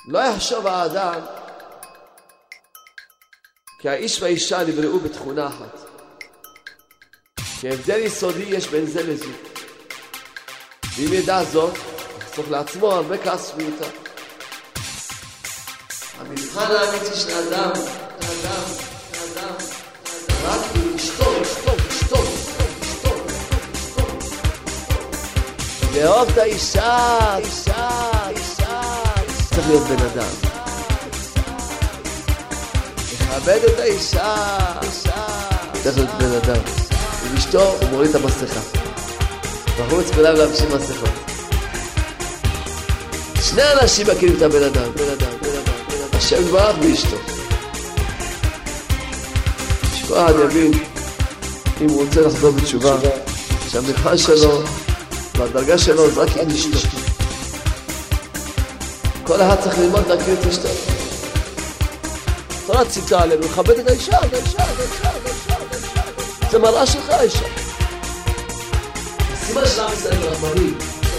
לא יחשוב האדם כי האיש והאישה נבראו בתכונה אחת. כי הבדל יסודי יש בין זה לזו. ואם ידע זאת, יחסוך לעצמו הרבה כעס מיותר. המבחן האמיתי של האדם, רק אשתו. לאהוב את האישה, צריך להיות בן אדם. לכבד את האישה, צריך להיות בן אדם. עם אשתו הוא מוריד את המסכה. בחוץ כולם להמשיך מסכות. שני אנשים מכירים את הבן אדם. השם יתברך ואשתו. שכל אחד יבין אם הוא רוצה לחזור בתשובה, שהמבחן שלו והדרגה שלו זה רק עם אשתו. כל אחד צריך ללמוד להכיר את אשתו. תורה ציטה עלינו, לכבד את האישה. זה מראה שלך האישה. הסימן של עם ישראל רחמנים.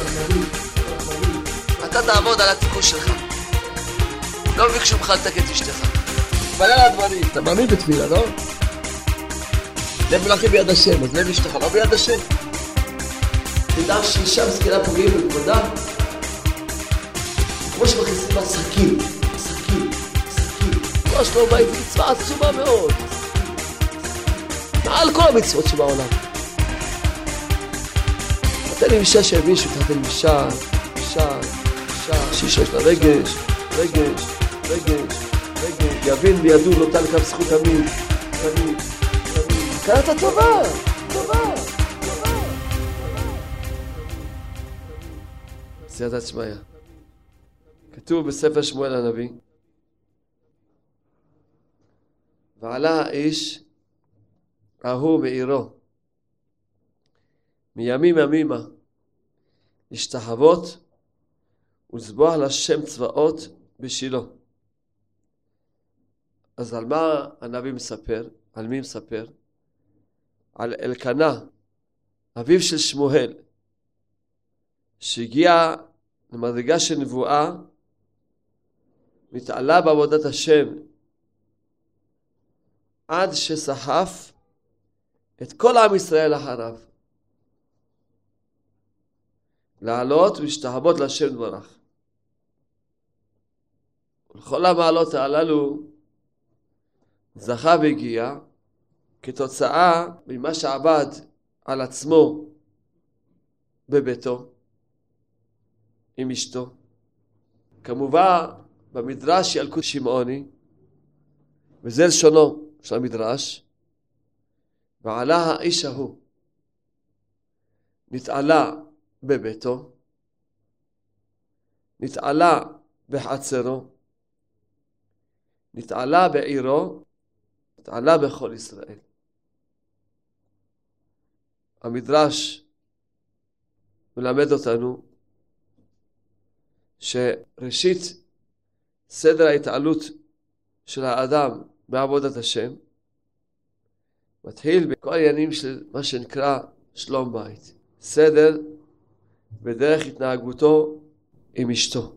אתה תעבוד על התיקון שלך. לא ביקשו ממך לתקן את אשתך. תתפלל על הדברים. אתה מאמין בתפילה, לא? לב מלאכים ביד השם, אז לב אשתך לא ביד השם. תדע שאישה מסכנה פוגעים בכבודה. כמו שמכניסים בה סכין. כמו שלום בית מצווה עצומה מאוד. מעל כל המצוות שבעולם. תתן לי אישה שהבישו, תתן לי אישה, שיש לה רגש, יבין בידו נוטה לקו זכות תמיד. כאן אתה טובה. סייעתא שמיא. כתוב בספר שמואל הנביא, ועלה האיש ההוא מעירו מימים ימימה להשתחוות ולזבוח לשם צבאות בשילה. אז על מה הנביא מספר? על מי מספר? על אלקנה, אביו של שמואל, שהגיע למדרגה של נבואה, מתעלה בעבודת השם, עד שסחף את כל עם ישראל אחריו. לעלות ולהשתחוות להשם יתברך. ולכל המעלות הללו זכה והגיע כתוצאה ממה שעבד על עצמו בביתו עם אשתו. כמובן במדרש ילקוט שמעוני, וזה לשונו של המדרש, ועלה האיש ההוא, נתעלה בביתו, נתעלה בחצרו, נתעלה בעירו, נתעלה בכל ישראל. המדרש מלמד אותנו שראשית סדר ההתעלות של האדם בעבודת השם מתחיל בכל העניינים של מה שנקרא שלום בית. סדר בדרך התנהגותו עם אשתו.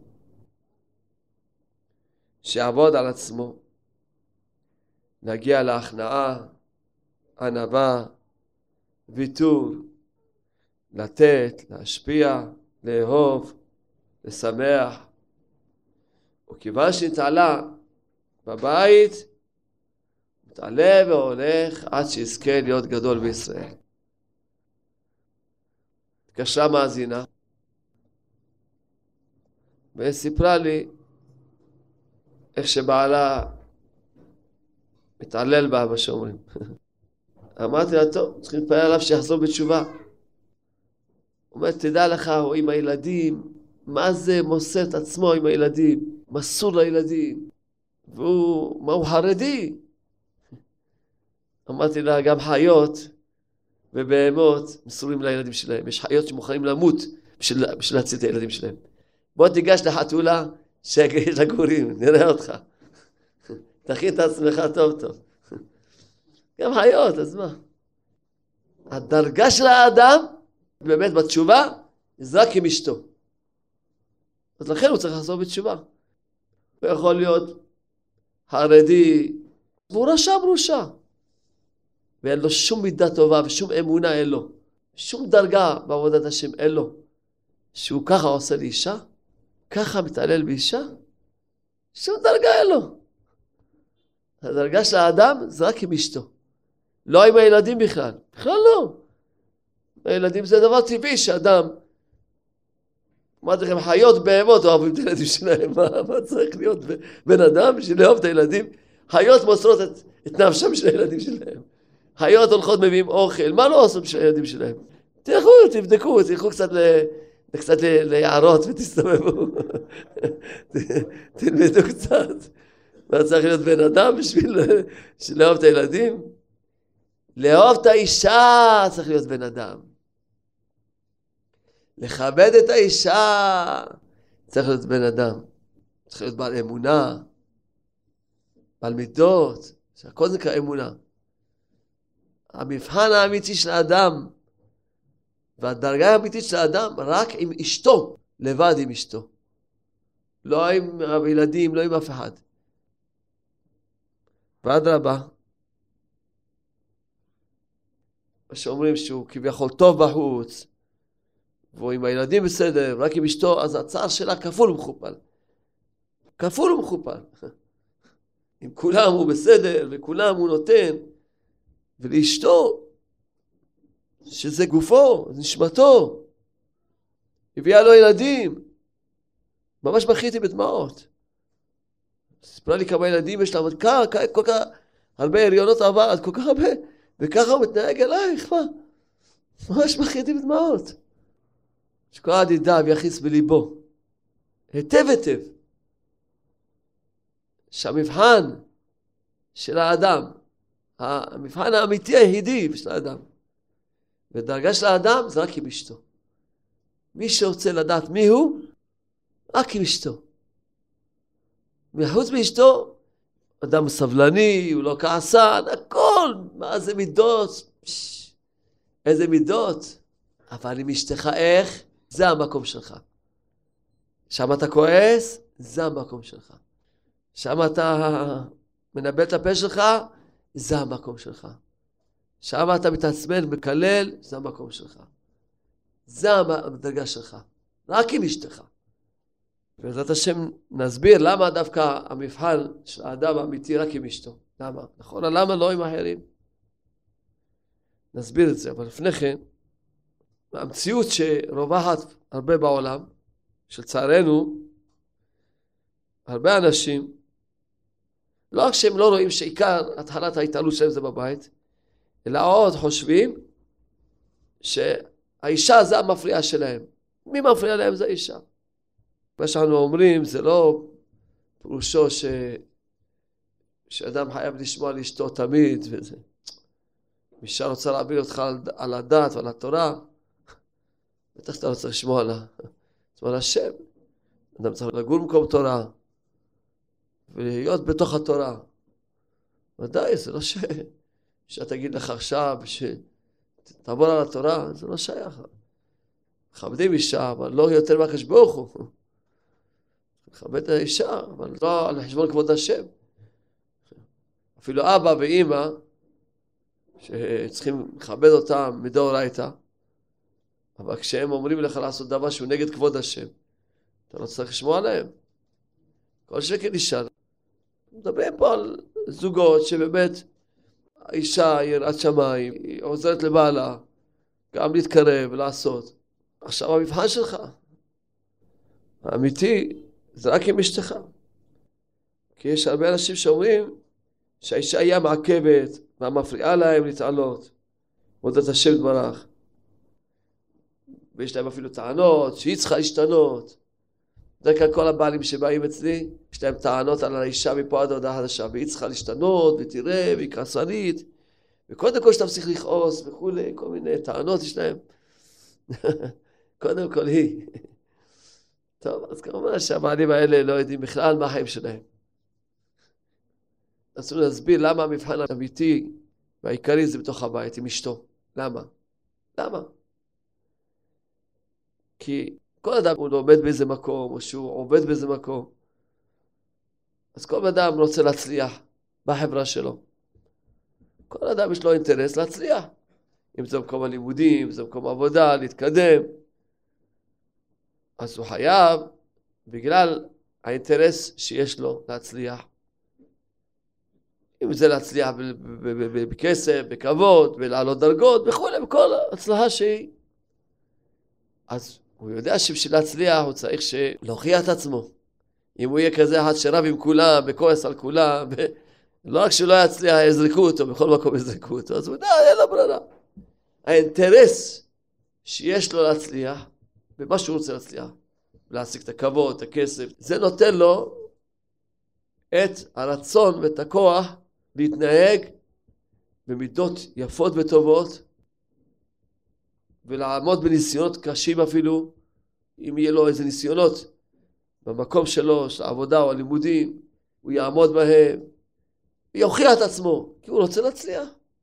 שיעבוד על עצמו. להגיע להכנעה, ענווה, ויתור, לתת, להשפיע, לאהוב, לשמח. וכיוון שנתעלה בבית, מתעלה והולך עד שיזכה להיות גדול בישראל. התקשרה מאזינה וסיפרה לי איך שבעלה מתעלל בה, מה שאומרים. אמרתי לה, טוב, צריכים להתפלל עליו שיחזור בתשובה. הוא אומר, תדע לך, הוא עם הילדים, מה זה מוסר את עצמו עם הילדים, מסור לילדים, והוא, מה הוא חרדי? אמרתי לה, גם חיות ובהמות מסורים לילדים שלהם. יש חיות שמוכנים למות בשביל להציל את הילדים שלהם. בוא תיגש לחתולה שיש לה גורים, נראה אותך. תכין את עצמך טוב טוב. גם חיות, אז מה? הדרגה של האדם, באמת בתשובה, זה רק עם אשתו. אז לכן הוא צריך לחזור בתשובה. הוא יכול להיות חרדי, והוא רשע מרושע. ואין לו שום מידה טובה ושום אמונה אין לו. שום דרגה בעבודת השם אין לו. שהוא ככה עושה לאישה, ככה מתעלל באישה, שום דרגה אין לו. הדרגה של האדם זה רק עם אשתו. לא עם הילדים בכלל. בכלל לא. הילדים זה דבר טבעי שאדם, אמרתי לכם, חיות בהמות אוהבים את הילדים שלהם. מה צריך להיות בן אדם בשביל לאהוב את הילדים? חיות מוסרות את נפשם של הילדים שלהם. חיות הולכות מביאים אוכל. מה לא עושים בשביל הילדים שלהם? תלכו, תבדקו, תלכו קצת ליערות ותסתובבו. תלמדו קצת. מה צריך להיות בן אדם בשביל לאהוב את הילדים? לאהוב את האישה צריך להיות בן אדם. לכבד את האישה צריך להיות בן אדם. צריך להיות בעל אמונה, בעל מידות, שהכל זה כאמונה. המבחן האמיתי של האדם, והדרגה האמיתית של האדם, רק עם אשתו, לבד עם אשתו. לא עם הילדים, לא עם אף אחד. ועד רבה, מה שאומרים שהוא כביכול טוב בחוץ, והוא עם הילדים בסדר, רק עם אשתו, אז הצער שלה כפול ומכופל. כפול ומכופל. עם כולם הוא בסדר, וכולם הוא נותן, ולאשתו, שזה גופו, נשמתו, הביאה לו ילדים, ממש בכיתי בדמעות. סיפרה לי כמה ילדים יש לה, אבל כל כך הרבה הריונות עבר, כל כך הרבה, וככה הוא מתנהג אלייך, מה? ממש בכיתי בדמעות. שכל אחד ידע ויחיס בליבו, היטב היטב, שהמבחן של האדם, המבחן האמיתי היחידי של האדם, ודרגה של האדם זה רק עם אשתו. מי שרוצה לדעת מי הוא, רק עם אשתו. מחוץ מאשתו, אדם סבלני, הוא לא כעסן, הכל, מה זה מידות, איזה מידות. אבל עם אשתך איך, זה המקום שלך. שם אתה כועס, זה המקום שלך. שם אתה מנבל את הפה שלך, זה המקום שלך. שם אתה מתעצמן, מקלל, זה המקום שלך. זה הדרגה שלך. רק עם אשתך. בעזרת השם נסביר למה דווקא המבחן של האדם האמיתי רק עם אשתו. למה? נכון? למה לא עם אחרים? נסביר את זה, אבל לפני כן, המציאות שרווחת הרבה בעולם, שלצערנו, הרבה אנשים, לא רק שהם לא רואים שעיקר התחלת ההתעלות שלהם זה בבית, אלא עוד חושבים שהאישה זה המפריעה שלהם. מי מפריע להם זה האישה. מה שאנחנו אומרים זה לא פירושו שאדם חייב לשמוע לאשתו תמיד וזה. אישה רוצה להעביר אותך על הדת ועל התורה, בטח אתה לא צריך לשמוע על השם. אדם צריך לגור במקום תורה ולהיות בתוך התורה. ודאי, זה לא שאתה תגיד לך עכשיו שתעבור על התורה, זה לא שייך. מכבדים אישה, אבל לא יותר מהקדוש ברוך הוא. מכבד את האישה, אבל לא על חשבון כבוד השם. אפילו אבא ואמא, שצריכים לכבד אותם מדאורייתא, אבל כשהם אומרים לך לעשות דבר שהוא נגד כבוד השם, אתה לא צריך לשמוע עליהם. כל שקל אישה. מדברים פה על זוגות שבאמת האישה היא יראת שמיים, היא עוזרת לבעלה, גם להתקרב ולעשות. עכשיו המבחן שלך, האמיתי, זה רק עם אשתך. כי יש הרבה אנשים שאומרים שהאישה היא המעכבת והמפריעה להם להתעלות. עבודת השם יתברך. ויש להם אפילו טענות שהיא צריכה להשתנות. זה כאן כל הבעלים שבאים אצלי, יש להם טענות על האישה מפה עד הודעה חדשה, והיא צריכה להשתנות, ותראה, והיא כעסנית, וקודם כל שאתה צריך לכעוס וכולי, כל מיני טענות יש להם. קודם כל היא. טוב, אז כמובן שהבעלים האלה לא יודעים בכלל מה החיים שלהם. רצינו להסביר למה המבחן האמיתי והעיקרי זה בתוך הבית עם אשתו. למה? למה? כי כל אדם הוא לומד באיזה מקום, או שהוא עובד באיזה מקום. אז כל אדם רוצה להצליח בחברה שלו. כל אדם יש לו אינטרס להצליח. אם זה מקום הלימודים, אם זה מקום עבודה, להתקדם. אז הוא חייב, בגלל האינטרס שיש לו להצליח. אם זה להצליח בכסף, בכבוד, ולעלות דרגות, וכו', בכל הצלחה שהיא. אז הוא יודע שבשביל להצליח הוא צריך להוכיח את עצמו. אם הוא יהיה כזה אחד שרב עם כולם, בכועס על כולם, לא רק שלא יצליח, יזרקו אותו, בכל מקום יזרקו אותו, אז הוא יודע, אין לו ברירה. האינטרס שיש לו להצליח, במה שהוא רוצה להצליח, להשיג את הכבוד, את הכסף, זה נותן לו את הרצון ואת הכוח להתנהג במידות יפות וטובות, ולעמוד בניסיונות קשים אפילו, אם יהיה לו איזה ניסיונות במקום שלו, של העבודה או הלימודים, הוא יעמוד בהם, ויוכיח את עצמו, כי הוא רוצה להצליח.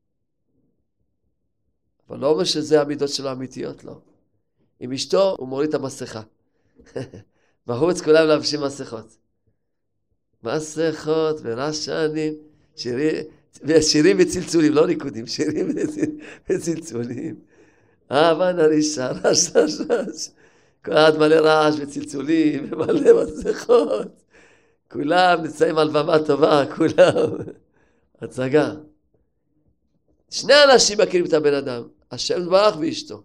אבל לא אומר שזה המידות שלו האמיתיות, לא. עם אשתו הוא מוריד את המסכה. בחוץ כולם לבשים מסכות. מסכות ורשנים, שירים וצלצולים, לא ריקודים, שירים וצלצולים. אבן הרישה, רש. כל אחד מלא רעש וצלצולים ומלא מסכות. כולם נמצאים על במה טובה, כולם. הצגה. שני אנשים מכירים את הבן אדם, השם יתברך ואשתו.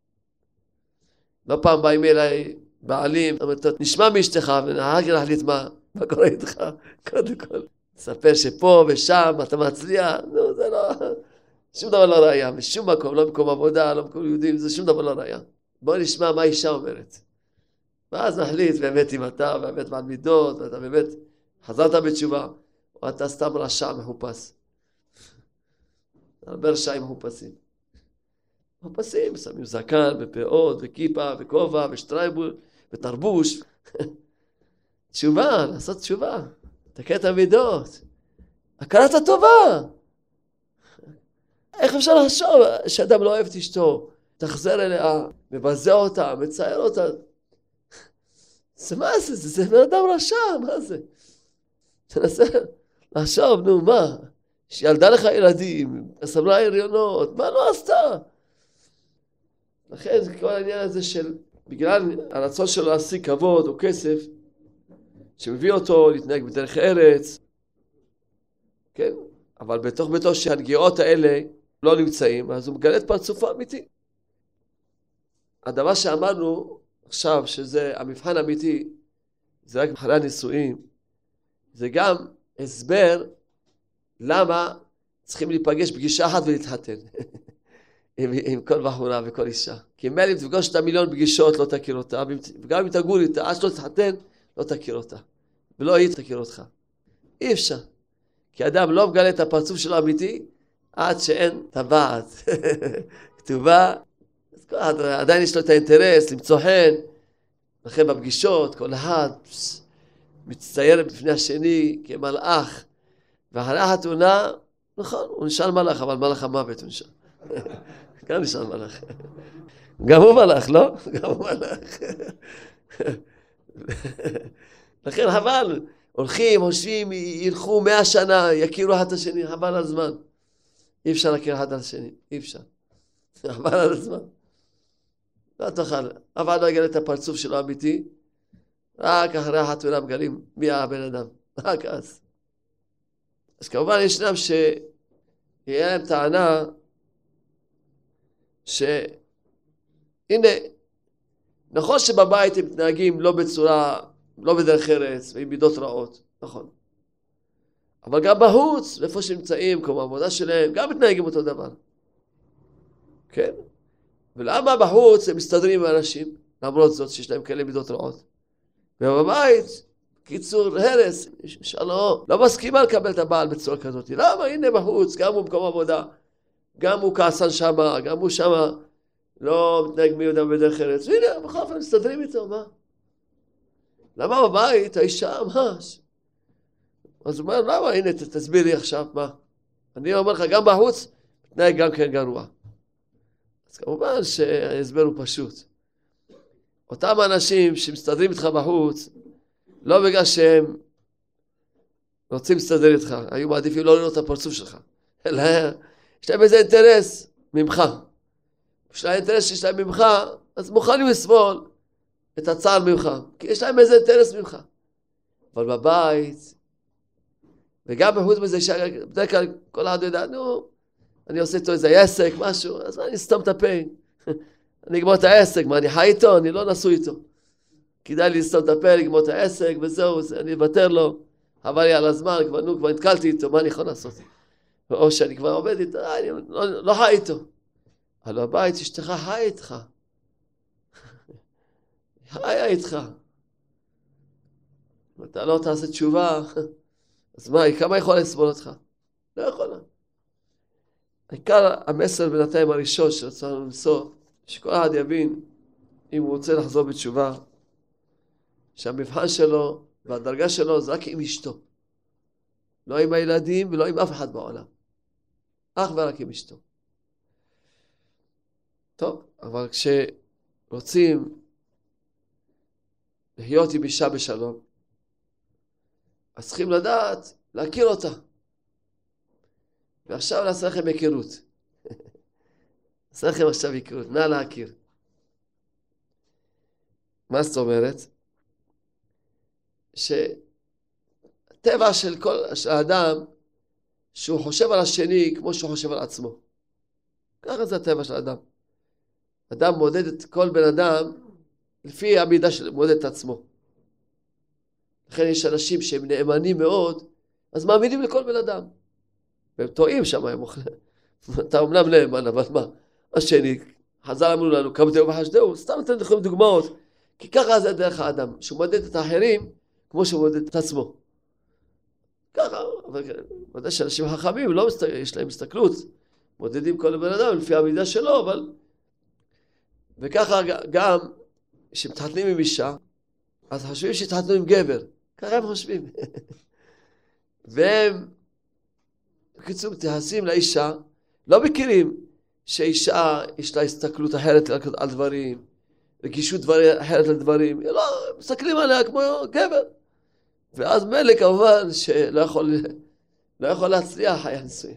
לא פעם באים אליי בעלים, נשמע מאשתך ונהג להחליט מה קורה איתך, קודם כל. תספר שפה ושם אתה מצליח, נו זה לא, שום דבר לא ראייה, בשום מקום, לא מקום עבודה, לא מקום יהודים, זה שום דבר לא ראייה. בוא נשמע מה אישה אומרת. ואז נחליט באמת אם אתה באמת בעל מידות, ואתה באמת חזרת בתשובה, או אתה סתם רשע מחופש. הרבה רשעים מחופשים. מחופשים, שמים זקן ופאות וכיפה וכובע ושטרייבול ותרבוש. תשובה, לעשות תשובה. תקן את המידות. הכרת הטובה. איך אפשר לחשוב שאדם לא אוהב את אשתו? תחזר אליה, מבזה אותה, מצייר אותה. זה מה זה? זה בן אדם רשע, מה זה? תנסה לחשוב, נו מה? שילדה לך ילדים, סבלה הריונות, מה לא עשתה? לכן כל העניין הזה של, בגלל הרצון שלו להשיג כבוד או כסף, שמביא אותו להתנהג בדרך ארץ, כן? אבל בתוך ביתו שהנגיעות האלה לא נמצאים, אז הוא מגלה את פרצופו האמיתי. הדבר שאמרנו עכשיו, שזה המבחן האמיתי, זה רק אחרי הנישואים, זה גם הסבר למה צריכים להיפגש פגישה אחת ולהתחתן. עם כל בחורה וכל אישה. כי אם אם תפגוש את המיליון פגישות לא תכיר אותה, וגם אם תגור איתה, עד שלא תתחתן, לא תכיר אותה. ולא היא תכיר אותך. אי אפשר. כי אדם לא מגלה את הפרצוף שלו אמיתי, עד שאין טבעת. כתובה, עדיין יש לו את האינטרס למצוא חן, לכן בפגישות, כל אחד מצטייר בפני השני כמלאך, ואחרי החתונה, נכון, הוא נשאר מלאך, אבל מלאך המוות הוא נשאר. גם נשאר מלאך. גם הוא מלאך, לא? גם הוא מלאך. לכן חבל, הולכים, חושבים, ילכו 100 שנה, יכירו אחד את השני, חבל על הזמן. אי אפשר להכיר אחד על השני, אי אפשר. חבל על הזמן. לא תוכל, אבל לא יגלה את הפרצוף שלו אמיתי, רק אחרי החתונה מגלים מי הבן אדם, רק אז. אז כמובן ישנם שיהיה להם טענה שהנה, נכון שבבית הם מתנהגים לא בצורה, לא בדרך ארץ, ועם מידות רעות, נכון. אבל גם בחוץ, איפה שנמצאים, כמו העבודה שלהם, גם מתנהגים אותו דבר. כן? ולמה בחוץ הם מסתדרים עם האנשים, למרות זאת שיש להם כאלה מידות רעות. ובבית, קיצור, הרס, שלום, לא מסכימה לקבל את הבעל בצורה כזאת. למה? הנה בחוץ, גם הוא מקום עבודה, גם הוא כעסן שמה, גם הוא שמה, לא מתנהג מי יודע בדרך ארץ. והנה, בכל אופן מסתדרים איתו, מה? למה בבית, האישה ממש? אז הוא אומר, למה? הנה, תסביר לי עכשיו, מה? אני אומר לך, גם בחוץ, מתנהג גם כן גרוע. אז כמובן שההסבר הוא פשוט. אותם אנשים שמסתדרים איתך בחוץ, לא בגלל שהם רוצים להסתדר איתך, היו מעדיפים לא לראות את הפרצוף שלך, אלא יש להם איזה אינטרס ממך. יש להם אינטרס שיש להם ממך, אז מוכנים לסבול את הצער ממך, כי יש להם איזה אינטרס ממך. אבל בבית, וגם בחוץ מזה, בדרך כלל כל אחד יודע, נו, אני עושה איתו איזה עסק, משהו, אז אני אסתום את הפה. אני אגמור את העסק, מה, אני חי איתו? אני לא נשוי איתו. כדאי לי לסתום את הפה, לגמור את העסק, וזהו, אני אוותר לו. חבל לי על הזמן, כבר נתקלתי איתו, מה אני יכול לעשות? או שאני כבר עובד איתו, אני לא חי איתו. אבל בבית, אשתך חי איתך. חיה איתך. אם אתה לא תעשה תשובה, אז מה, כמה יכולה לסבול אותך? לא יכולה. העיקר המסר בינתיים הראשון שרצינו למסור, שכל אחד יבין, אם הוא רוצה לחזור בתשובה, שהמבחן שלו והדרגה שלו זה רק עם אשתו. לא עם הילדים ולא עם אף אחד בעולם. אך ורק עם אשתו. טוב, אבל כשרוצים להיות עם אישה בשלום, אז צריכים לדעת, להכיר אותה. ועכשיו נעשה לכם היכרות. נעשה לכם עכשיו היכרות, נא להכיר. מה זאת אומרת? שטבע של כל האדם, שהוא חושב על השני כמו שהוא חושב על עצמו. ככה זה הטבע של האדם. אדם מודד את כל בן אדם לפי המידה של מודד את עצמו. לכן יש אנשים שהם נאמנים מאוד, אז מאמינים לכל בן אדם. והם טועים שם, הם אוכלים. אתה אומנם נאמן, אבל מה? השני, חז"ל אמרו לנו, כבדהו וחשדהו, סתם נתן לכם דוגמאות. כי ככה זה דרך האדם, שהוא מודד את האחרים כמו שהוא מודד את עצמו. ככה, אבל ודאי שאנשים חכמים, לא יש להם הסתכלות, מודדים כל בן אדם לפי המידה שלו, אבל... וככה גם, כשמתחתנים עם אישה, אז חושבים שהתחתנו עם גבר. ככה הם חושבים. והם, בקיצור, מתייחסים לאישה, לא מכירים שאישה יש לה הסתכלות אחרת על דברים, רגישות אחרת על דברים, לא, מסתכלים עליה כמו גבר. ואז מלא כמובן שלא יכול להצליח חיי הנישואים.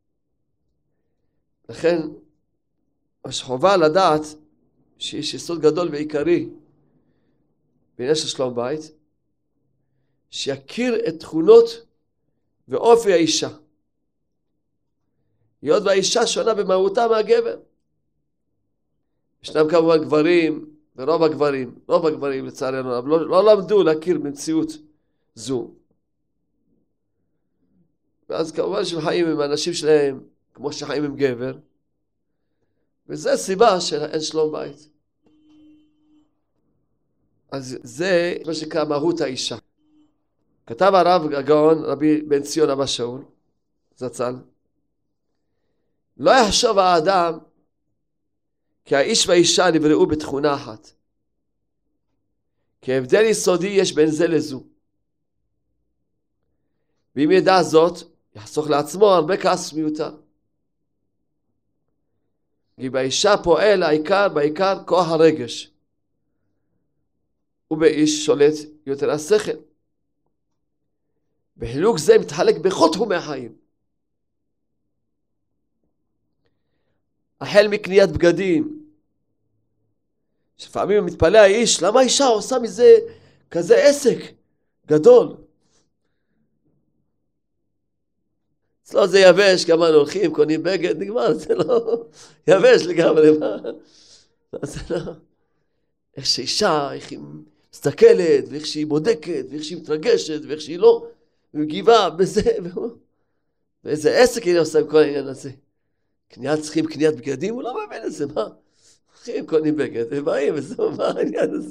לכן, יש חובה לדעת שיש יסוד גדול ועיקרי בעניין של שלום בית, שיכיר את תכונות ואופי האישה. היות והאישה שונה במהותה מהגבר. ישנם כמובן גברים, ורוב הגברים לצערנו, לא למדו להכיר במציאות זו. ואז כמובן שהם חיים עם האנשים שלהם כמו שחיים עם גבר, וזה סיבה שאין שלום בית. אז זה מה שנקרא מהות האישה. כתב הרב הגאון, רבי בן ציון אבא שאול, זצ"ל, לא יחשוב האדם כי האיש והאישה נבראו בתכונה אחת. כי הבדל יסודי יש בין זה לזו. ואם ידע זאת, יחסוך לעצמו הרבה כעס מיותר. כי באישה פועל בעיקר כוח הרגש. ובאיש שולט יותר השכל. בחילוק זה מתחלק בכל תחומי החיים. החל מקניית בגדים. שפעמים מתפלא האיש, למה האישה עושה מזה כזה עסק גדול? אצלו זה יבש, כמה הולכים, קונים בגד, נגמר, זה לא יבש לגמרי. זה לא. איך שאישה, איך היא מסתכלת, ואיך שהיא בודקת, ואיך שהיא מתרגשת, ואיך שהיא לא מגיבה בזה, ואיזה עסק היא עושה עם כל העניין הזה. צריכים קניית בגדים, הוא לא מבין את זה, מה? אחים קונים בגד, הם באים, וזהו, מה העניין הזה?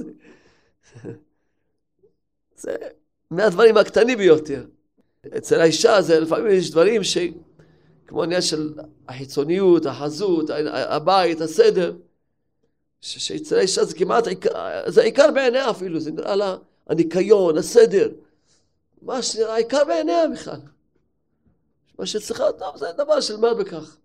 זה מהדברים הקטנים ביותר. אצל האישה זה לפעמים יש דברים כמו עניין של החיצוניות, החזות, הבית, הסדר, שאצל האישה זה כמעט, זה העיקר בעיניה אפילו, זה נראה לה הניקיון, הסדר, מה שנראה העיקר בעיניה בכלל. מה שצריכה, טוב, זה דבר של מה בכך.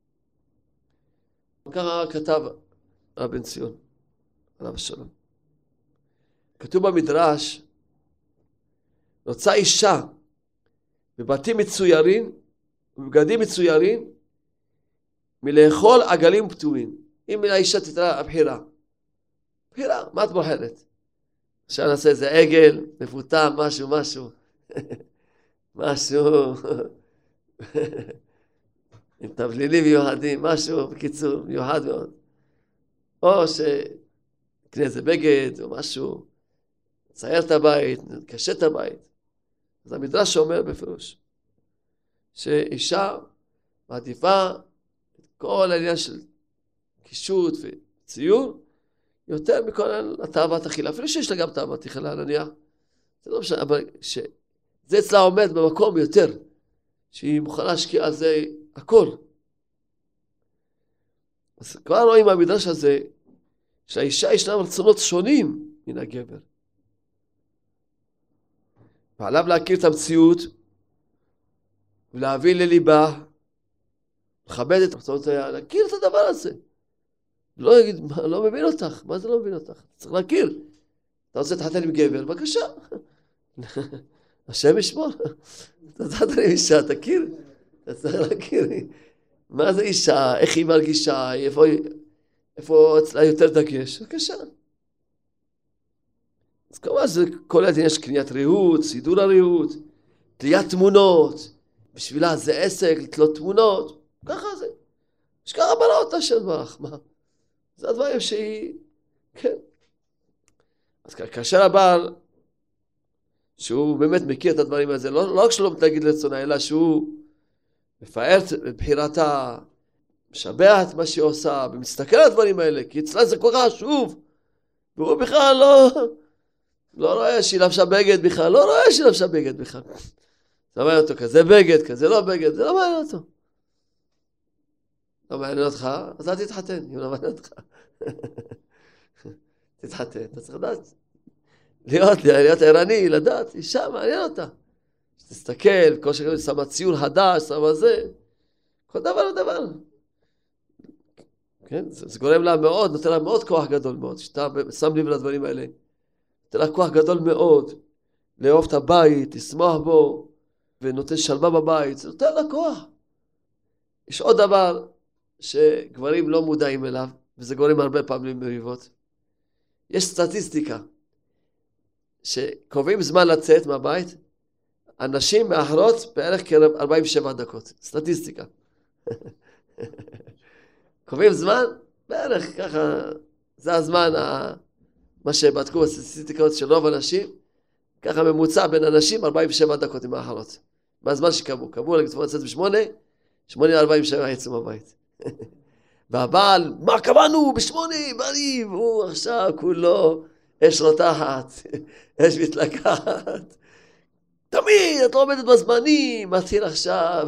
ככה כתב רב בן ציון, עליו השלום. כתוב במדרש, רוצה אישה בבתים מצוירים, בבגדים מצוירים, מלאכול עגלים פטורים. אם האישה תתראה הבחירה, בחירה, מה את בוחרת? עכשיו נעשה איזה עגל, מפותם, משהו, משהו, עם תבלילים מיוחדים, משהו, בקיצור, מיוחד מאוד. או שקנה איזה בגד, או משהו, צייר את הבית, קשה את הבית. אז המדרש אומר בפירוש, שאישה מעדיפה את כל העניין של קישוט וציור, יותר מכל התאוות אכילה, אפילו שיש לה גם תאוות אכילה, נניח, זה לא משנה, אבל זה אצלה עומד במקום יותר, שהיא מוכנה להשקיע על זה הכל. אז כבר רואים במדרש הזה, שהאישה ישנם רצונות שונים מן הגבר. ועליו להכיר את המציאות, ולהבין לליבה, לכבד את רצונות, להכיר את הדבר הזה. לא יגיד, לא מבין אותך, מה זה לא מבין אותך? צריך להכיר. אתה רוצה להתחתן עם גבר, בבקשה. השם ישמור. אתה תתחתן עם אישה, תכיר. אתה צריך להכיר. מה זה אישה, איך היא מרגישה, איפה אצלה יותר דגש, בבקשה. אז כמובן זה כל העניין יש קניית ריהוט, סידור הריהוט, תליית תמונות, בשבילה זה עסק, לתלות תמונות, ככה זה. יש ככה ברא אותה שם ברח, מה? זה הדברים שהיא, כן. אז כאשר הבעל, שהוא באמת מכיר את הדברים הזה, לא רק שלא מתנגד לרצונה, אלא שהוא מפאר את בחירתה, משבח את מה שהיא עושה, ומסתכל על הדברים האלה, כי אצלה זה כל כך חשוב, והוא בכלל לא רואה שהיא לבשה בגד בכלל, לא רואה שהיא לבשה בגד בכלל. זה מעניין אותו, כזה בגד, כזה לא בגד, זה לא מעניין אותו. לא מעניין אותך, אז אל תתחתן, אם לא מעניין אותך. תתחתן, אתה צריך לדעת. להיות ערני, לדעת, אישה מעניין אותה. תסתכל, כל שכאלה שמה ציור חדש, שמה זה, כל דבר ודבר. כן? זה גורם לה מאוד, נותן לה מאוד כוח גדול מאוד, שאתה שם לב לדברים האלה. נותן לה כוח גדול מאוד, לאהוב את הבית, לשמוח בו, ונותן שלווה בבית, זה נותן לה כוח. יש עוד דבר שגברים לא מודעים אליו, וזה גורם הרבה פעמים מריבות. יש סטטיסטיקה, שקובעים זמן לצאת מהבית, אנשים מאחרות בערך כ-47 דקות. סטטיסטיקה. קובעים זמן, בערך ככה, זה הזמן, מה שבדקו בסטטיסטיקות של רוב אנשים, ככה ממוצע בין אנשים 47 דקות עם האחרות. מהזמן שקבעו. קבעו לגבי לצאת ב-8, 8:47 יצאו מהבית. והבעל, מה קבענו? ב-8, בריב, הוא עכשיו כולו אש רותחת, אש מתלקחת. תמיד, את לא עומדת בזמנים, מתחיל עכשיו.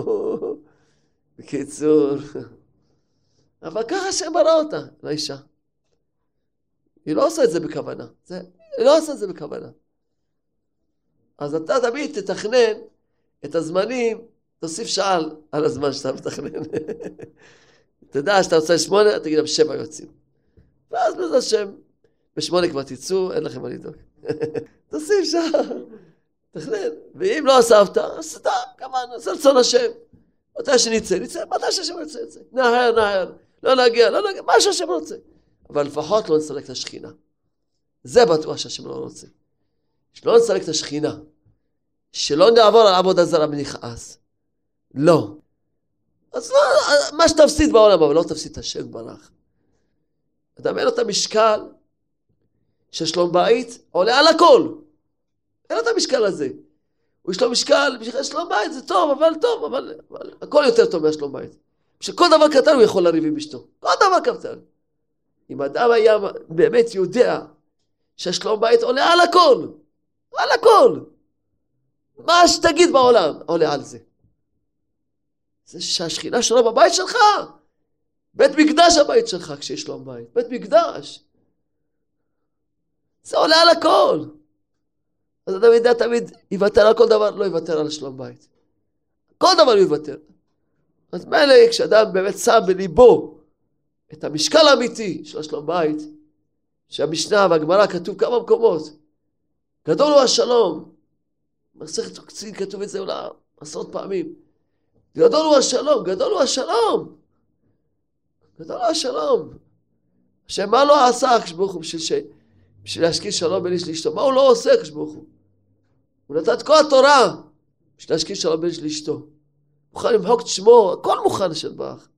בקיצור. אבל ככה שברא אותה, לאישה. היא לא עושה את זה בכוונה. היא לא עושה את זה בכוונה. אז אתה תמיד תתכנן את הזמנים, תוסיף שעה על הזמן שאתה מתכנן. אתה יודע שאתה רוצה 8, תגיד להם 7 יוצאים. ואז בזה שם, ב8 כבר תצאו, אין לכם מה לדאוג. תוסיף שעה, תכנן. ואם לא אספת, אז סתם, כמובן, זה רצון השם. מתי שנצא, מתי שהשם רוצה את זה. נהר, לא נגיע, מה שהשם רוצה. אבל לפחות לא נסלק את השכינה. זה בטוח שהשם לא רוצה. שלא נסלק את השכינה. שלא נעבור על עבודה זרה ונכעס. לא. אז לא, מה שתפסיד בעולם, אבל לא תפסיד את השם ברח. אדם אין לו את המשקל של שלום בית, עולה על הכל. אין לו את המשקל הזה. הוא יש לו משקל, בשביל שלום בית זה טוב, אבל הכל יותר טוב מהשלום בית. בשביל כל דבר קטן הוא יכול לריב עם אשתו. כל דבר קטן. אם אדם היה באמת יודע שהשלום בית עולה על הכל. על הכל. מה שתגיד בעולם, עולה על זה. זה שהשכינה שלו בבית שלך. בית מקדש הבית שלך כשיש שלום בית. בית מקדש. זה עולה על הכל. אז אדם ידע תמיד, יוותר על כל דבר, לא יוותר על שלום בית. כל דבר הוא יוותר. אז מילא כשאדם באמת שם בליבו את המשקל האמיתי של השלום בית, שהמשנה והגמרא כתוב כמה מקומות, גדול הוא השלום, מסכת קצין כתוב את זה אולי עשרות פעמים. גדול הוא השלום, גדול הוא השלום. גדול הוא השלום. השם מה לא עשה הקדוש ברוך הוא בשביל להשכין שלום בין איש לאשתו? מה הוא לא עושה הקדוש ברוך הוא? הוא נתן את כל התורה בשביל להשכין שלום בין איש לאשתו. מוכן למחוק את שמו, הכל מוכן השם ברך.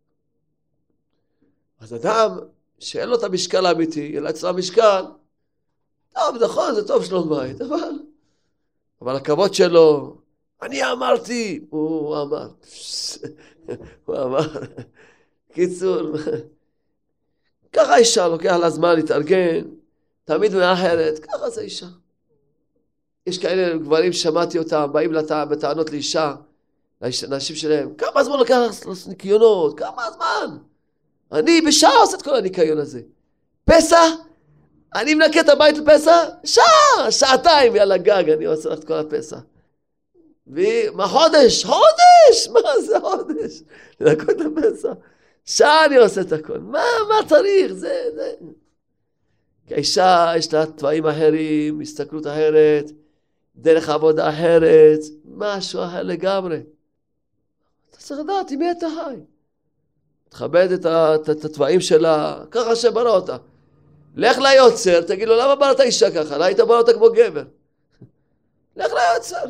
אז אדם שאין לו את המשקל האמיתי, אלא אצל המשקל, טוב, נכון, זה טוב שלום בית, אבל הכבוד שלו, אני אמרתי, הוא אמר, הוא אמר, קיצור, ככה אישה לוקח לה זמן להתארגן, תמיד מאחרת, ככה זה אישה. יש כאלה גברים שמעתי אותם, באים בטענות לאישה, לאנשים שלהם, כמה זמן לוקח לעשות ניקיונות, כמה זמן? אני בשעה עושה את כל הניקיון הזה. פסח, אני מנקה את הבית לפסח, שעה, שעתיים על הגג, אני עושה לך את כל הפסח. ומה חודש? חודש! מה זה חודש? לנקות את הפסח. שעה אני עושה את הכל. מה צריך? זה. כי האישה יש לה טבעים אחרים, הסתכלות אחרת, דרך עבודה אחרת, משהו אחר לגמרי. אתה צריך לדעת עם מי אתה חי. תכבד את הטבעים שלה, ככה שברא אותה. לך ליוצר, תגיד לו, למה בראת אישה ככה? לא היית ברא אותה כמו גבר. לך ליוצר.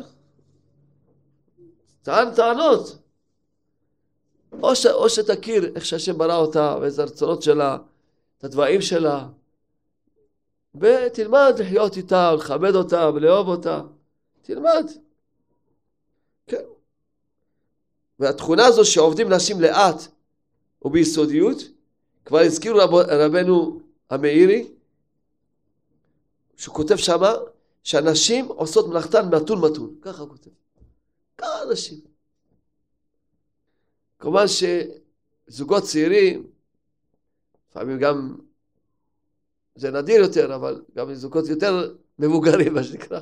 טענות. או שתכיר איך שהשם ברא אותה, ואיזה הרצונות שלה, את הטבעים שלה, ותלמד לחיות איתה, ולכבד אותה, ולאהוב אותה. תלמד. כן. והתכונה הזו שעובדים נשים לאט, וביסודיות, כבר הזכירו רבנו המאירי, שהוא כותב שמה, שאנשים עושות מלאכתן מתון. ככה הוא כותב. ככה אנשים. כמובן שזוגות צעירים, לפעמים גם, זה נדיר יותר, אבל גם זוגות יותר מבוגרים, מה שנקרא.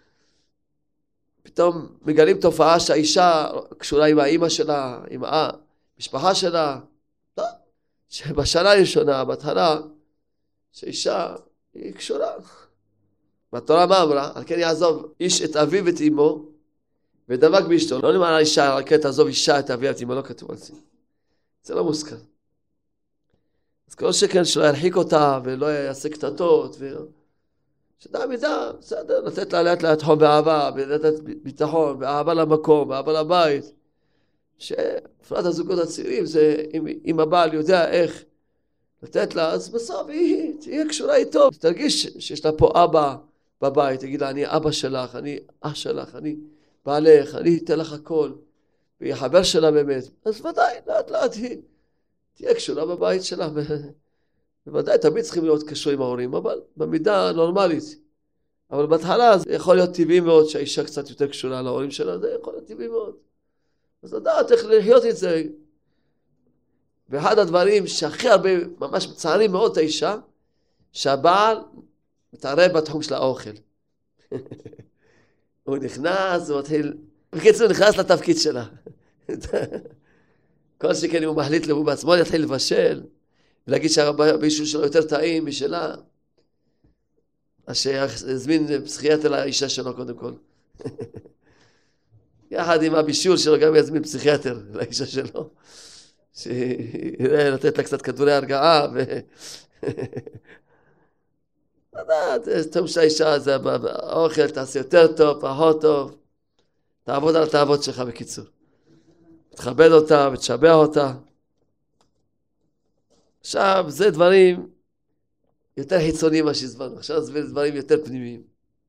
פתאום מגלים תופעה שהאישה קשורה עם האמא שלה, עם המשפחה שלה, שבשנה הראשונה, בהתחלה, שאישה היא קשורה. והתורה מה אמרה? על כן יעזוב איש את אביו ואת אמו, ודבק באשתו. לא נאמר על האישה, על כן תעזוב אישה את אביו ואת אמו, לא כתוב על זה. זה לא מוזכר. אז כל שכן שלא ירחיק אותה, ולא יעשה קטטות, שדע מידה, בסדר, לתת לה לאט חום באהבה, ולתת ביטחון, באהבה למקום, באהבה לבית. שפרט הזוגות הצעירים זה, אם הבעל יודע איך לתת לה, אז בסוף היא תהיה קשורה איתו. תרגיש שיש לה פה אבא בבית, תגיד לה, אני אבא שלך, אני אח שלך, אני בעלך, אני אתן לך הכל. והיא חבר שלה באמת. אז ודאי, לאט היא תהיה קשורה בבית שלה. בוודאי, תמיד צריכים להיות קשור עם ההורים, אבל במידה נורמלית. אבל בהתחלה זה יכול להיות טבעי מאוד שהאישה קצת יותר קשורה להורים שלה, זה יכול להיות טבעי מאוד. אז לדעת איך לחיות את זה. ואחד הדברים שהכי הרבה ממש מצערים מאוד את האישה, שהבעל מתערב בתחום של האוכל. הוא נכנס, הוא מתחיל, בקיצור הוא נכנס לתפקיד שלה. כל שכן הוא מחליט לו בעצמו להתחיל לבשל, ולהגיד שהבישול שלו יותר טעים משלה, אז שיזמין פסיכיאטר לאישה שלו קודם כל. יחד עם הבישול שלו גם יזמין פסיכיאטר לאישה שלו, שיראה לתת לה קצת כדורי הרגעה, לדעת, טוב שהאישה זה באוכל, תעשה יותר טוב, פחות טוב, תעבוד על התאוות שלך בקיצור. תכבד אותה ותשבח אותה. עכשיו, זה דברים יותר חיצוניים מה שהסברנו. עכשיו זה דברים יותר פנימיים.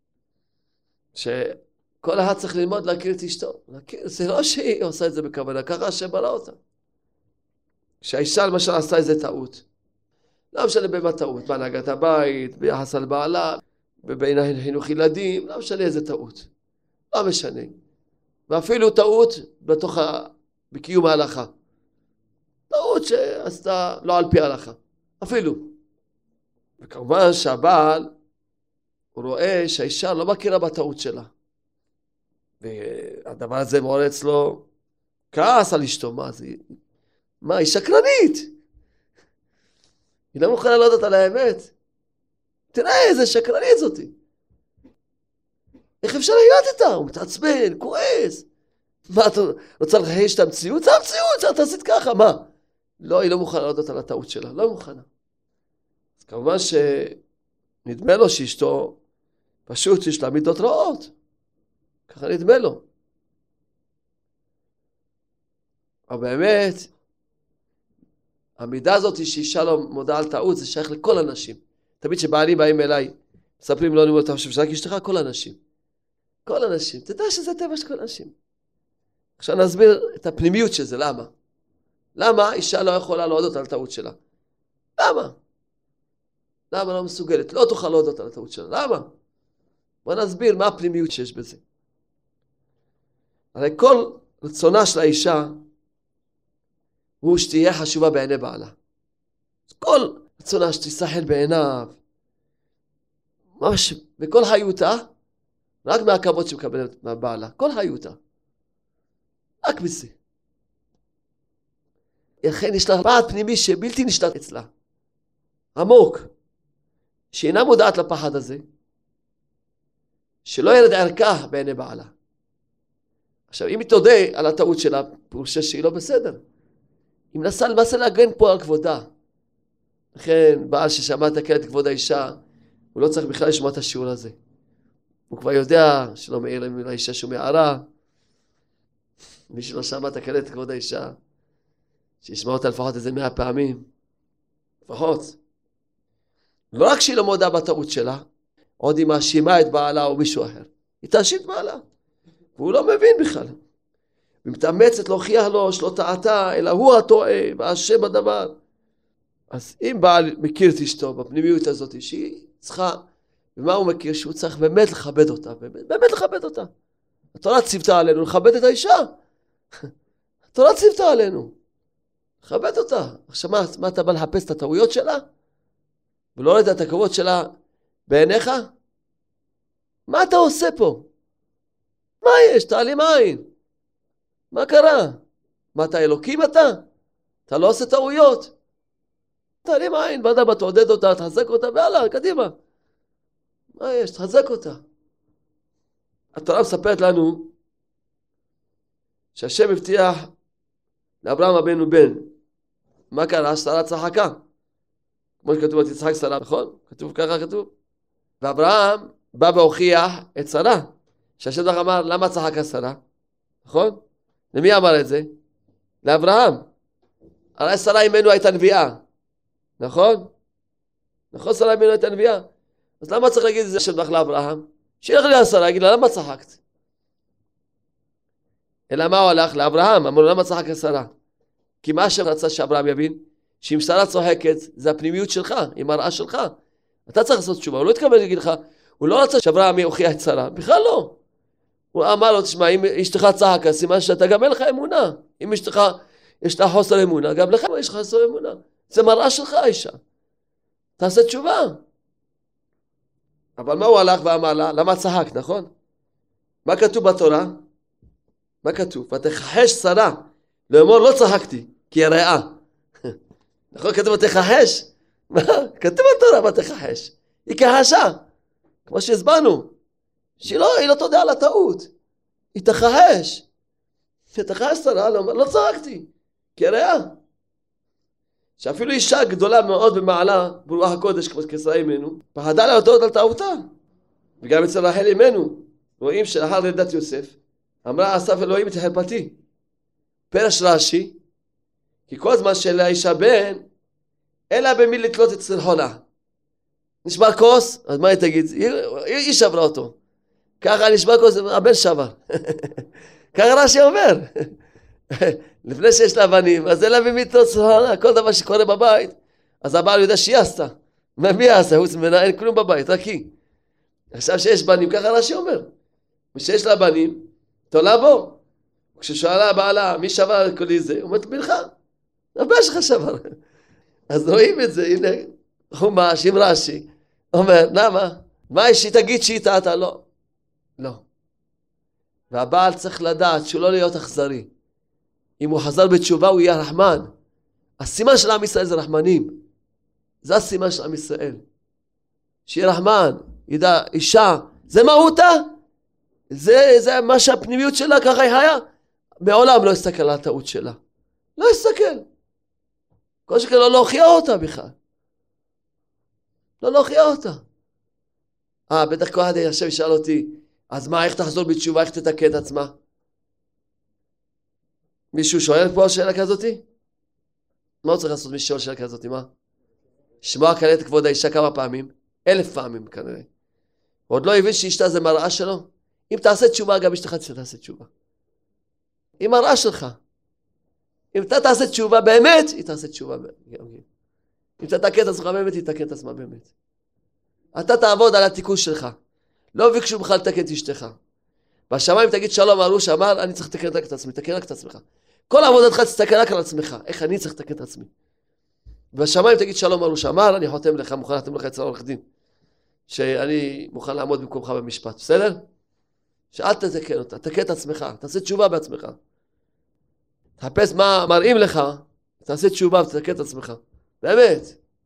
שכל אחד צריך ללמוד להכיר את אשתו. זה לא שהיא עושה את זה בכוונה, ככה השם ברא אותה. כשהאישה למשל עשתה איזה טעות. לא משנה במה טעות, בהנהגת הבית, ביחס על בעלה, בבין חינוך ילדים, לא משנה איזה טעות. לא משנה. ואפילו טעות בקיום ההלכה. טעות שעשתה לא על פי ההלכה. אפילו. וכמובן שהבעל, הוא רואה שהאישה לא מכירה בטעות שלה. והדבר הזה מעורר אצלו כעס על אשתו. מה, היא שקרנית. היא לא מוכנה להודות על האמת. תראה איזה שקרנית זאתי. איך אפשר להיות איתה? הוא מתעצבן, כועס. מה, אתה רוצה לחייש את המציאות? זה המציאות, אתה עשית ככה, מה? לא, היא לא מוכנה להודות על הטעות שלה, לא מוכנה. אז כמובן שנדמה לו שאשתו פשוט יש לה מידות רעות. ככה נדמה לו. אבל באמת, המידה הזאת שאישה לא מודעה על טעות, זה שייך לכל אנשים. תמיד שבעלים באים אליי, מספרים לו, אני אומר, אתה חושב שרק אשתך? כל אנשים. כל אנשים. תדע שזה טבע של כל אנשים. עכשיו נסביר את הפנימיות של זה, למה? למה אישה לא יכולה להודות על טעות שלה? למה? למה לא מסוגלת? לא תוכל להודות על הטעות שלה. למה? בוא נסביר מה הפנימיות שיש בזה. הרי כל רצונה של האישה הוא שתהיה חשובה בעיני בעלה. כל רצונה שתשחל בעיניו, ממש בכל חיותה, רק מהכבוד שמקבלת מהבעלה, כל חיותה. רק בזה. לכן יש לה פחד פנימי שבלתי נשלט אצלה. עמוק. שאינה מודעת לפחד הזה, שלא ירד ערכה בעיני בעלה. עכשיו, אם היא תודה על הטעות שלה, פירושה שהיא לא בסדר. היא מנסה למעשה להגן פה על כבודה. לכן, בעל ששמע את כבוד האישה, הוא לא צריך בכלל לשמוע את השיעור הזה. הוא כבר יודע שלא מעיר לאישה שום הערה. מי שלא שמע את כבוד האישה, שישמע אותה לפחות איזה 100 פעמים. לפחות. לא רק שהיא לא מודה בטעות שלה, עוד היא מאשימה את בעלה או מישהו אחר. היא תאשים את בעלה. והוא לא מבין בכלל. היא מתאמצת להוכיח לו שלא טעתה, אלא הוא הטועה והאשם בדבר. אז אם בעל מכיר את אשתו בפנימיות הזאת, שהיא צריכה, ומה הוא מכיר? שהוא צריך באמת לכבד אותה, באמת לכבד אותה. התורה ציוותה עלינו לכבד את האישה. התורה ציוותה עלינו. לכבד אותה. עכשיו מה אתה בא לחפש את הטעויות שלה? ולא ראית את הכבוד שלה בעיניך? מה אתה עושה פה? מה יש? תעלים עין. מה קרה? מה אתה אלוקים אתה? אתה לא עושה טעויות. תעלים עין, ואתה תעודד אותה, תחזק אותה, והלאה, קדימה. מה יש? תחזק אותה. התורה מספרת לנו שהשם הבטיח לאברהם אבינו בן. מה קרה? שרה צחקה. כמו שכתוב את יצחק שרה, נכון? כתוב ככה כתוב. ואברהם בא והוכיח את שרה. שהשם דרך אמר, למה צחקה שרה? נכון? למי אמר את זה? לאברהם. הרי שרה אימנו הייתה נביאה. נכון? נכון שרה אימנו הייתה נביאה. אז למה צריך להגיד את זה השם דרך לאברהם? שילך לי השרה, יגיד לה, למה צחקת? אלא מה הוא הלך? לאברהם. אמר לו, למה צחקה שרה? כי מה השם רצה שאברהם יבין? שאם שרה צוחקת, זה הפנימיות שלך, היא מראה שלך. אתה צריך לעשות תשובה. הוא לא התכוון להגיד לך, הוא לא רצה שאברהם יוכיח את שרה. בכלל לא. הוא אמר לו, תשמע, אם אשתך צחקה, סימן שאתה גם אין לך אמונה. אם אשתך יש לה חוסר אמונה, גם לך יש לך חוסר אמונה. זה מראה שלך, אישה. תעשה תשובה. אבל מה הוא הלך ואמר לה? למה צחק, נכון? מה כתוב בתורה? מה כתוב? ותכחש שרה. לאמור, לא צחקתי, כי היא רעה. נכון? כתוב ותכחש? מה? כתוב בתורה ותכחש. היא כחשה. כמו שהסברנו. שהיא לא תודה על הטעות. היא תכחש. תכחש שרה, לא צחקתי, כי היא רעה. שאפילו אישה גדולה מאוד במעלה, ברוח הקודש, כמו שכסרה אימנו, פחדה להודות על טעותה. וגם אצל רחל אימנו, רואים שלאחר לידת יוסף, אמרה אסף אלוהים את חרפתי. פרש רש"י, כי כל זמן שאין לאישה בן, אלא במי לתלות אצל חולה. נשבר כוס, אז מה היא תגיד? היא שברה אותו. ככה נשבר כוס, הבן שבר. ככה רש"י אומר. לפני שיש לה בנים, אז אלא במי לתלות אצל חולה. כל דבר שקורה בבית, אז הבעל יודע שהיא עשתה. מי עשה? חוץ ממנה אין כלום בבית, רק היא. עכשיו שיש בנים, ככה רש"י אומר. ושיש לה בנים, תולה בו. כששואלה בעלה, מי שבר את כל זה? הוא אומר, בנך. הבן שלך שבר. אז רואים את זה, הנה, חומש עם רש"י. אומר, למה? מה שהיא תגיד שהיא טעתה? לא. לא. והבעל צריך לדעת שהוא לא להיות אכזרי. אם הוא חזר בתשובה, הוא יהיה רחמן. הסימן של עם ישראל זה רחמנים. זה הסימן של עם ישראל. שיהיה רחמן, ידע, אישה, זה מהותה? זה מה שהפנימיות שלה ככה היא היה. מעולם לא הסתכל על הטעות שלה. לא הסתכל. כל שכן לא להוכיח אותה בכלל. לא להוכיח אותה. בטח כל אחד ישב ושאל אותי, אז מה, איך תחזור בתשובה, איך תתקן את עצמה? מישהו שואל פה שאלה כזאתי? מה הוא צריך לעשות מי שואל שאלה כזאתי, מה? שמוע כאלה את כבוד האישה כמה פעמים? 1000 פעמים כנראה. עוד לא הבין שאשתה זה מראה שלו? אם תעשה תשובה, גם אשתך תעשה תשובה. היא מראה שלך. אם אתה תעשה תשובה באמת, היא תעשה תשובה באמת. אם אתה תתקן את עצמך באמת, היא תתקן את עצמה באמת. אתה תעבוד על התיקון שלך. לא ביקשו ממך לתקן את אשתך. בשמיים תגיד שלום ארוש אמר, אני צריך לתקן רק את עצמי, תקן רק את עצמך. כל עבודתך תסתכל רק על עצמך, איך אני צריך לתקן את עצמי. בשמיים תגיד שלום ארוש אמר, אני חותם לך, מוכן לחתום לך אצל עורך דין. שאני מוכן לעמוד במקומך במשפט, בסדר? שאל תתקן אותה, תקן את עצמך, תעשה תשובה בעצמך. תחפש מה מראים לך, תעשה תשובה ותתקן את עצמך. באמת.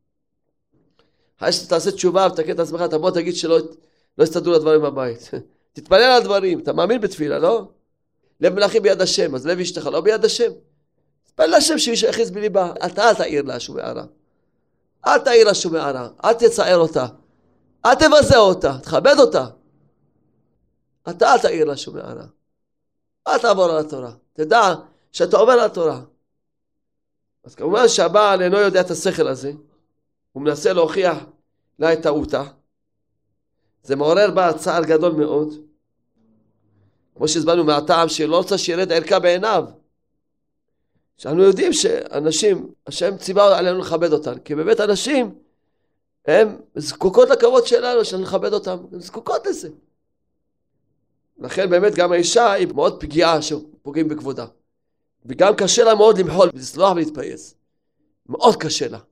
אחרי שתעשה תשובה ותתקן את עצמך, תבוא תגיד שלא יסתדרו לדברים בבית. תתפלל על הדברים, אתה מאמין בתפילה, לא? לב מלכים ביד השם, אז לב אשתך לא ביד השם. תתפלל להשם שמישהו יכניס בליבה, אתה אל תעיר לה שום הערה. אל תעיר לה שום הערה, אל תצער אותה. אל תבזה אותה, תכבד אותה. אתה אל תעיר לה שום הערה. אל תעבור על התורה. תדע שאתה עובר על התורה. אז כמובן שהבעל אינו יודע את השכל הזה, הוא מנסה להוכיח לה את טעותה. זה מעורר בה צער גדול מאוד. כמו שהסברנו מהטעם שהיא לא רוצה שירד ערכה בעיניו. שאנחנו יודעים שאנשים, השם ציווה עלינו לכבד אותם, כי באמת אנשים הם זקוקות לכבוד שלנו, שאנחנו נכבד אותם, הן זקוקות לזה. לכן באמת גם האישה היא מאוד פגיעה שפוגעים בכבודה. וגם קשה לה מאוד למחול, לסלוח ולהתפייס. מאוד קשה לה.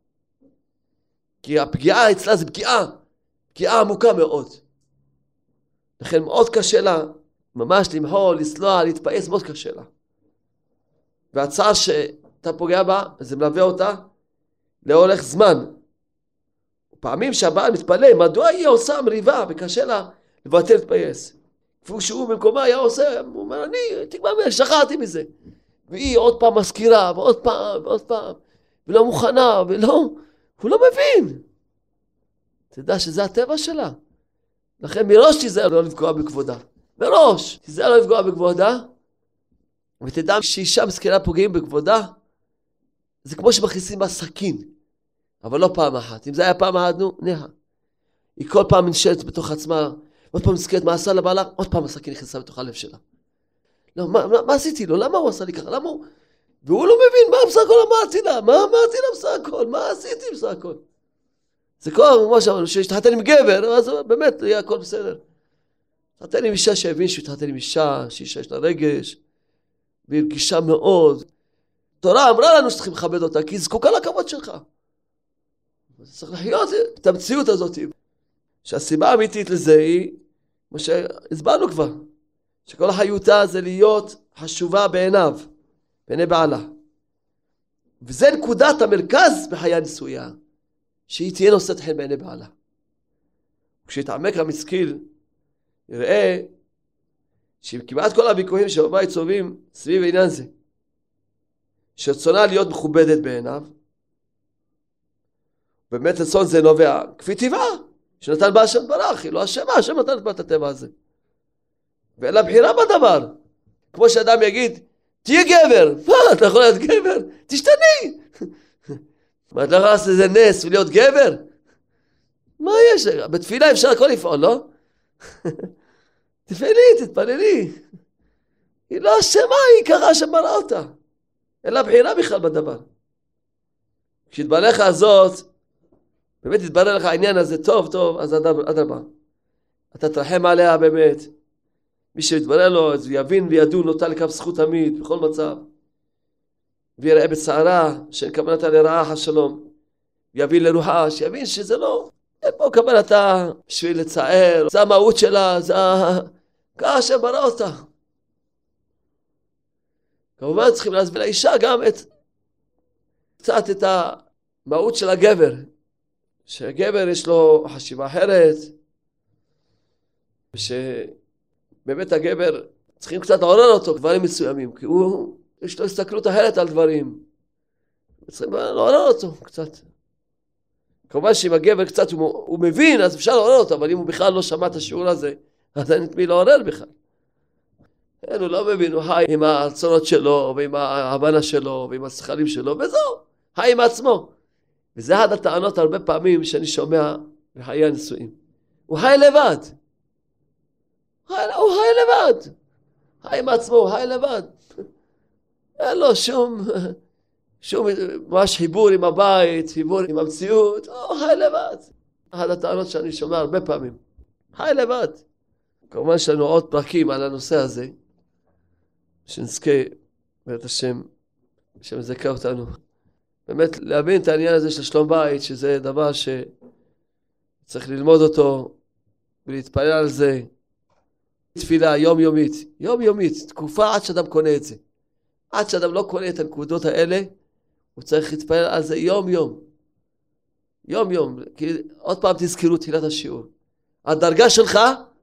כי הפגיעה אצלה זה פגיעה עמוקה מאוד. לכן מאוד קשה לה, ממש למחול, לסלוח, להתפייס, מאוד קשה לה. והצעה שאתה פוגע בה, זה מלווה אותה לאורך זמן. פעמים שהבעל מתפלא, מדוע היא עושה מריבה וקשה לה לבטל להתפייס. כפי שהוא במקומה היה עושה, הוא אומר, אני שכחתי מזה. והיא עוד פעם מזכירה, ועוד פעם, ועוד פעם, ולא מוכנה, הוא לא מבין. תדע שזה הטבע שלה. לכן מראש תיזהר לא לפגוע בכבודה. מראש, תיזהר לא לפגוע בכבודה, ותדע שאישה מסכנה פוגעים בכבודה, זה כמו שמכניסים בה סכין, אבל לא פעם אחת. אם זה היה פעם אחת, היא כל פעם נשארת בתוך עצמה, עוד פעם מסכנת מה עשה לבעלה, עוד פעם הסכין נכנסה בתוך הלב שלה. לא, מה עשיתי לו? למה הוא עשה לי ככה? למה הוא? והוא לא מבין, מה בסך הכל אמרתי לה? מה אמרתי לה בסך הכל? מה עשיתי בסך הכל? זה כל מה שאמרנו, שהתחתן עם גבר, אז באמת יהיה הכל בסדר. התחתן עם אישה שהבין שהתחתן עם אישה, שאישה יש לה רגש, והיא רגישה מאוד. תורה אמרה לנו שצריכים לכבד אותה, כי היא זקוקה לכבוד שלך. צריך לחיות את המציאות הזאת. שהסיבה האמיתית לזה היא, כמו שהסברנו כבר, שכל החיותה זה להיות חשובה בעיניו, בעיני בעלה. וזה נקודת המרכז בחיי הנישואה, שהיא תהיה נושאת חן בעיני בעלה. כשיתעמק המשכיל, יראה שכמעט כל הוויכוחים שבבית סובבים סביב העניין זה, שרצונה להיות מכובדת בעיניו, באמת רצון זה נובע כפי טבעה, שנתן בה השם ברח, היא לא אשמה, השם נתן בה את הטבע הזה. ואין לה בחירה בדבר. כמו שאדם יגיד, תהיה גבר. מה, אתה יכול להיות גבר? תשתני. מה, אתה יכול לעשות איזה נס ולהיות גבר? מה יש? בתפילה אפשר הכל לפעול, לא? תתפללי. היא לא אשמה, היא ככה שמראה אותה. אין לה בחירה בכלל בדבר. כשתתברר לך הזאת, באמת תתברר לך העניין הזה טוב, אז אדרבה. אתה תרחם עליה באמת. מי שיתברר לו, אז הוא יבין וידון אותה לכף זכות תמיד, בכל מצב. ויראה בצערה, שאין כוונתה לרעה חס שלום. ויבין לרוחה, שיבין שזה לא. אין פה כוונתה בשביל לצער. זה המהות שלה, זה ככה שברא אותה. כמובן צריכים להסביר לאישה גם קצת את המהות של הגבר. שהגבר יש לו חשיבה אחרת. באמת הגבר, צריכים קצת לעורר אותו דברים מסוימים, כי יש לו הסתכלות אחרת על דברים. צריכים לעורר אותו קצת. כמובן שאם הגבר קצת הוא מבין, אז אפשר לעורר אותו, אבל אם הוא בכלל לא שמע את השיעור הזה, אז אין את מי לעורר בכלל. הוא לא מבין, הוא חי עם הרצונות שלו, ועם ההבנה שלו, ועם השכלים שלו, וזהו, חי עם עצמו. וזה אחד הטענות הרבה פעמים שאני שומע בחיי הנישואים. הוא חי לבד. הוא חי לבד. חי עם עצמו, הוא חי לבד. אין לו שום ממש חיבור עם הבית, חיבור עם המציאות, הוא חי לבד. אחת הטענות שאני שומע הרבה פעמים. חי לבד. כמובן שיש לנו עוד פרקים על הנושא הזה, שנזכה, בית השם, שמזכה אותנו. באמת להבין את העניין הזה של שלום בית, שזה דבר שצריך ללמוד אותו ולהתפלל על זה. תפילה יומיומית, יומיומית, תקופה עד שאדם קונה את זה. עד שאדם לא קונה את הנקודות האלה, הוא צריך להתפלל על זה יום יום. יום יום, כי עוד פעם תזכרו תחילת השיעור. הדרגה שלך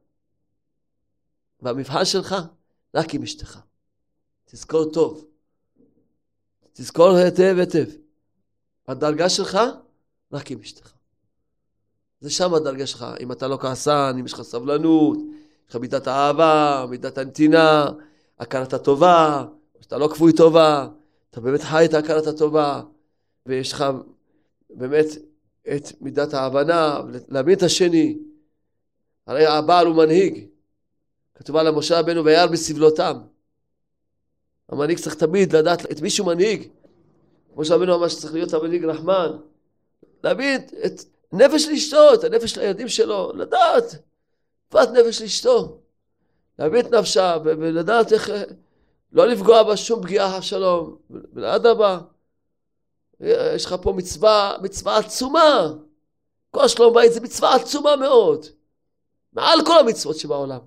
והמבחן שלך רק עם אשתך. תזכור טוב. תזכור היטב היטב. הדרגה שלך רק עם אשתך. זה שם הדרגה שלך. אם אתה לא כעסן, אם יש לך סבלנות, יש לך מידת האהבה, מידת הנתינה, הכרת הטובה, אתה לא כפוי טובה, אתה באמת חי את הכרת הטובה, ויש לך באמת את מידת ההבנה, להבין את השני. הרי הבעל הוא מנהיג. כתוב על משה רבנו וירא בסבלותם. המנהיג צריך תמיד לדעת את מישהו מנהיג. משה רבנו אמר שצריך להיות המנהיג רחמן. להבין את נפש לאשתו, את הנפש לילדים שלו, לדעת. פת נפש לאשתו. להבין את נפשה ולדעת איך לא לפגוע בה שום פגיעה שלום. ולאדרבה. יש לך פה מצווה עצומה. כל שלום בית זה מצווה עצומה מאוד. מעל כל המצוות שבעולם.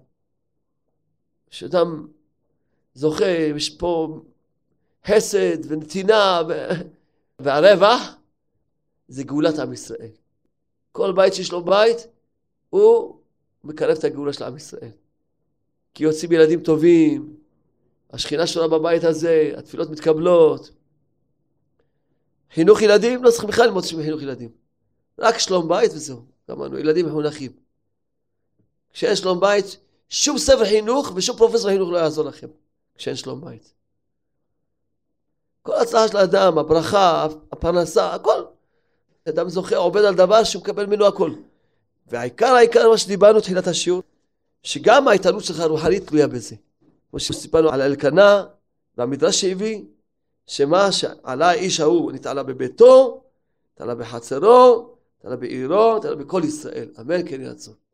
שאדם זוכה, יש פה חסד ונתינה והרווח, זה גאולת עם ישראל. כל בית שיש לו בית, הוא מקרב את הגאולה של עם ישראל. כי יוצאים ילדים טובים, השכינה שלנו בבית הזה, התפילות מתקבלות. חינוך ילדים, לא צריך בכלל ללמוד חינוך ילדים. רק שלום בית וזהו. אמרנו, ילדים מחונכים. כשיש שלום בית, שום ספר חינוך ושום פרופסור חינוך לא יעזור לכם. כשאין שלום בית. כל הצלחה של האדם, הברכה, הפרנסה, הכל. אדם זוכה, עובד על דבר שהוא מקבל ממנו הכל. והעיקר מה שדיברנו תחילת השיעור, שגם ההתעלות שלך הרוחנית תלויה בזה. כמו שסיפרנו על אלקנה, והמדרש שהביא, שמה שעלה האיש ההוא, נתעלה בביתו, נתעלה בחצרו, נתעלה בעירו, נתעלה בכל ישראל. אמן כן יהיה רצון.